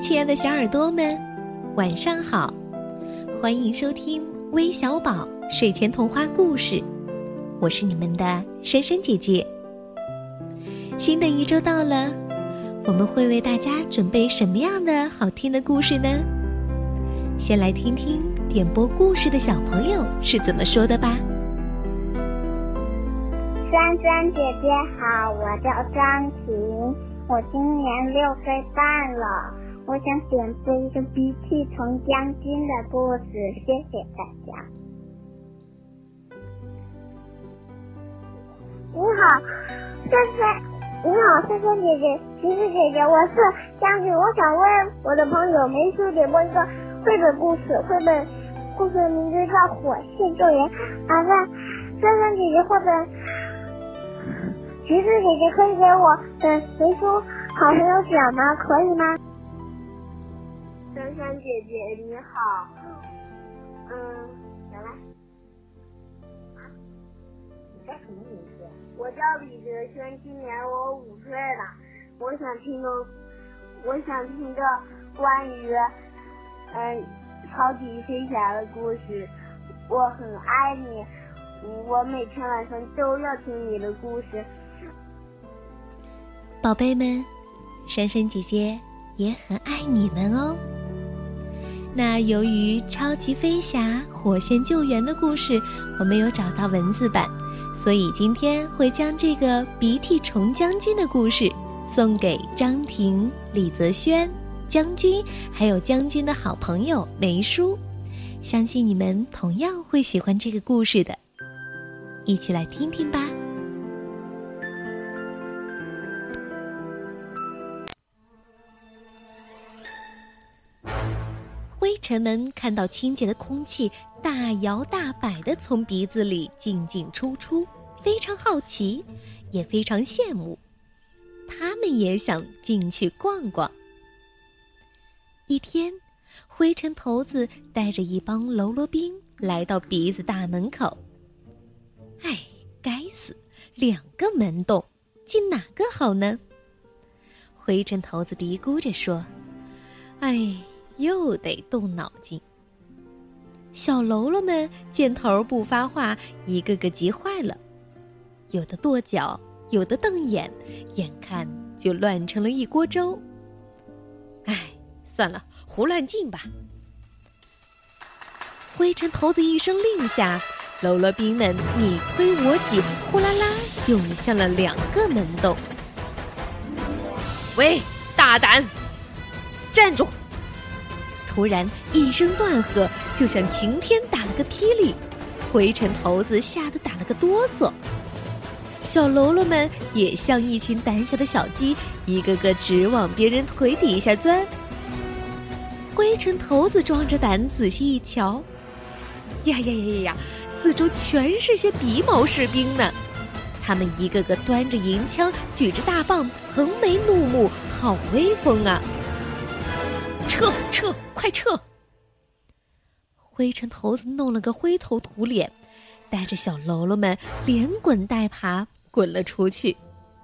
亲爱的小耳朵们，晚上好！欢迎收听微小宝睡前童话故事，我是你们的珊珊姐姐。新的一周到了，我们会为大家准备什么样的好听的故事呢？先来听听点播故事的小朋友是怎么说的吧。 珊珊姐姐好，我叫张婷，我今年6岁半了。我想点播一个鼻涕虫将军的故事，谢谢大家。你好，珊珊姐姐，橘子姐姐，我是将军。我想为我的朋友梅叔点播一个绘本故事，绘本故事的名字叫《火线救援》。麻烦珊珊姐姐或者橘子姐姐可以给我的梅叔好朋友奖吗？可以吗？ 珊珊姐姐你好，来， 你叫什么名字？ 我叫李哲轩，今年我5岁了。我想听个关于超级飞侠的故事。我很爱你，我每天晚上都要听你的故事。 宝贝们，珊珊姐姐也很爱你们哦。那由于超级飞侠火线救援的故事我没有找到文字版，所以今天会将这个鼻涕虫将军的故事送给张婷、李泽轩、将军还有将军的好朋友梅叔，相信你们同样会喜欢这个故事的，一起来听听吧。灰尘们看到清洁的空气大摇大摆地从鼻子里进进出出，非常好奇，也非常羡慕。他们也想进去逛逛。一天，灰尘头子带着一帮喽啰兵来到鼻子大门口。哎，该死，2个门洞，进哪个好呢？灰尘头子嘀咕着说：哎，又得动脑筋。小喽啰们见头不发话，一个个急坏了，有的跺脚，有的瞪眼，眼看就乱成了一锅粥。哎，算了，胡乱进吧。灰尘头子一声令下，喽啰兵们你推我挤，呼啦啦涌向了2个门洞。喂，大胆，站住！突然一声断喝，就像晴天打了个霹雳，灰尘头子吓得打了个哆嗦。小喽啰们也像一群胆小的小鸡，一个个直往别人腿底下钻。灰尘头子壮着胆仔细一瞧，呀，四周全是些鼻毛士兵呢，他们一个个端着银枪，举着大棒，横眉怒目，好威风啊！撤，快撤！灰尘头子弄了个灰头土脸，带着小喽啰们连滚带爬滚了出去。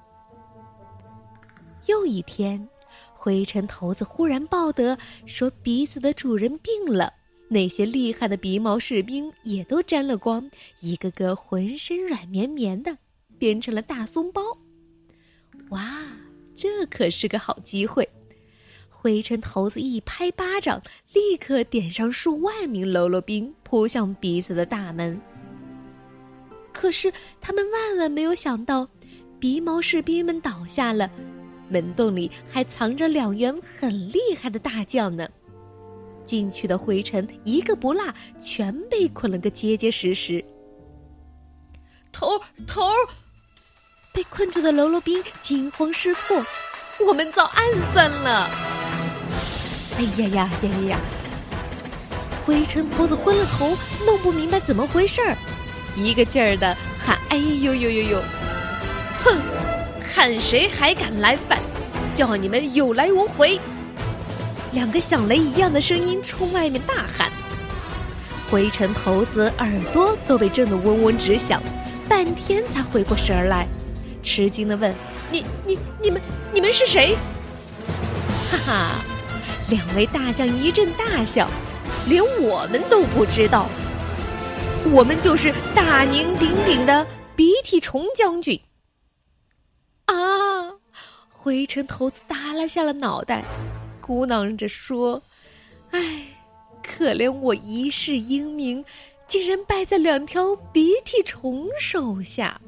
又一天，灰尘头子忽然报得说鼻子的主人病了，那些厉害的鼻毛士兵也都沾了光，一个个浑身软绵绵的，变成了大松包。哇，这可是个好机会！灰尘头子一拍巴掌，立刻点上数万名喽啰兵扑向鼻子的大门。可是他们万万没有想到，鼻毛士兵们倒下了，门洞里还藏着2员很厉害的大将呢。进去的灰尘一个不落，全被捆了个结结实实。头！被困住的喽啰兵惊慌失措，我们遭暗算了！哎呀！灰尘头子昏了头，弄不明白怎么回事儿，一个劲儿的喊：哎呦！哼，看谁还敢来犯，叫你们有来无回！2个响雷一样的声音冲外面大喊。灰尘头子耳朵都被震得嗡嗡直响，半天才回过神儿来，吃惊地问：你们是谁？哈哈， 两位大将一阵大笑，连我们都不知道，我们就是大名鼎鼎的鼻涕虫将军。啊！灰尘头子耷拉下了脑袋，咕囔着说：“哎，可怜我一世英名，竟然败在2条鼻涕虫手下。”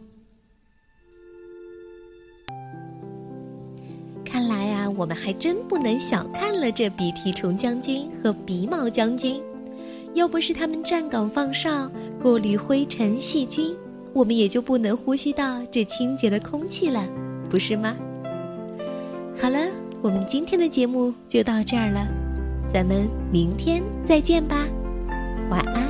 看来啊，我们还真不能小看了这鼻涕虫将军和鼻毛将军。要不是他们站岗放哨，过滤灰尘细菌，我们也就不能呼吸到这清洁的空气了，不是吗？好了，我们今天的节目就到这儿了，咱们明天再见吧，晚安。